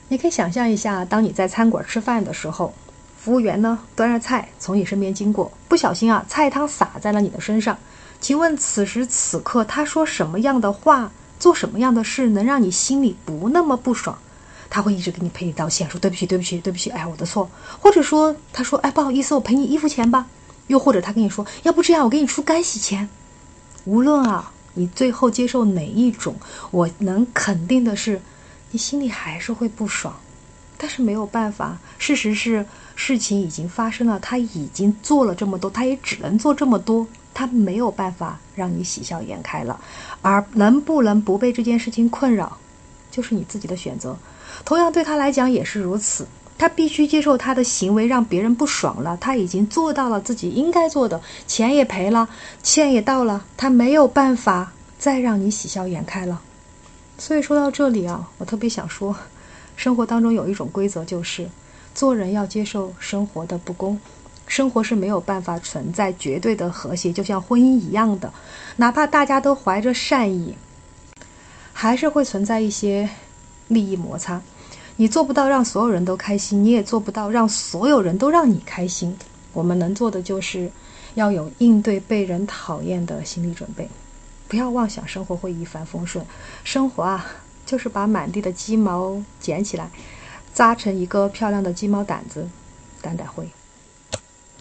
你可以想象一下，当你在餐馆吃饭的时候，服务员呢端着菜从你身边经过，不小心菜汤洒在了你的身上。请问此时此刻他说什么样的话，做什么样的事能让你心里不那么不爽？他会一直给你赔礼道歉，说对不起对不起对不起，哎，我的错。或者说他说，哎，不好意思，我赔你衣服钱吧。又或者他跟你说，要不这样我给你出干洗钱。无论你最后接受哪一种，我能肯定的是你心里还是会不爽。但是没有办法，事实是事情已经发生了，他已经做了这么多，他也只能做这么多，他没有办法让你喜笑颜开了。而能不能不被这件事情困扰，就是你自己的选择。同样对他来讲也是如此，他必须接受他的行为让别人不爽了，他已经做到了自己应该做的，钱也赔了，歉也道了，他没有办法再让你喜笑颜开了。所以说到这里我特别想说，生活当中有一种规则，就是做人要接受生活的不公。生活是没有办法存在绝对的和谐，就像婚姻一样的，哪怕大家都怀着善意，还是会存在一些利益摩擦。你做不到让所有人都开心，你也做不到让所有人都让你开心。我们能做的就是要有应对被人讨厌的心理准备，不要妄想生活会一帆风顺。生活就是把满地的鸡毛捡起来，扎成一个漂亮的鸡毛掸子，掸掸灰。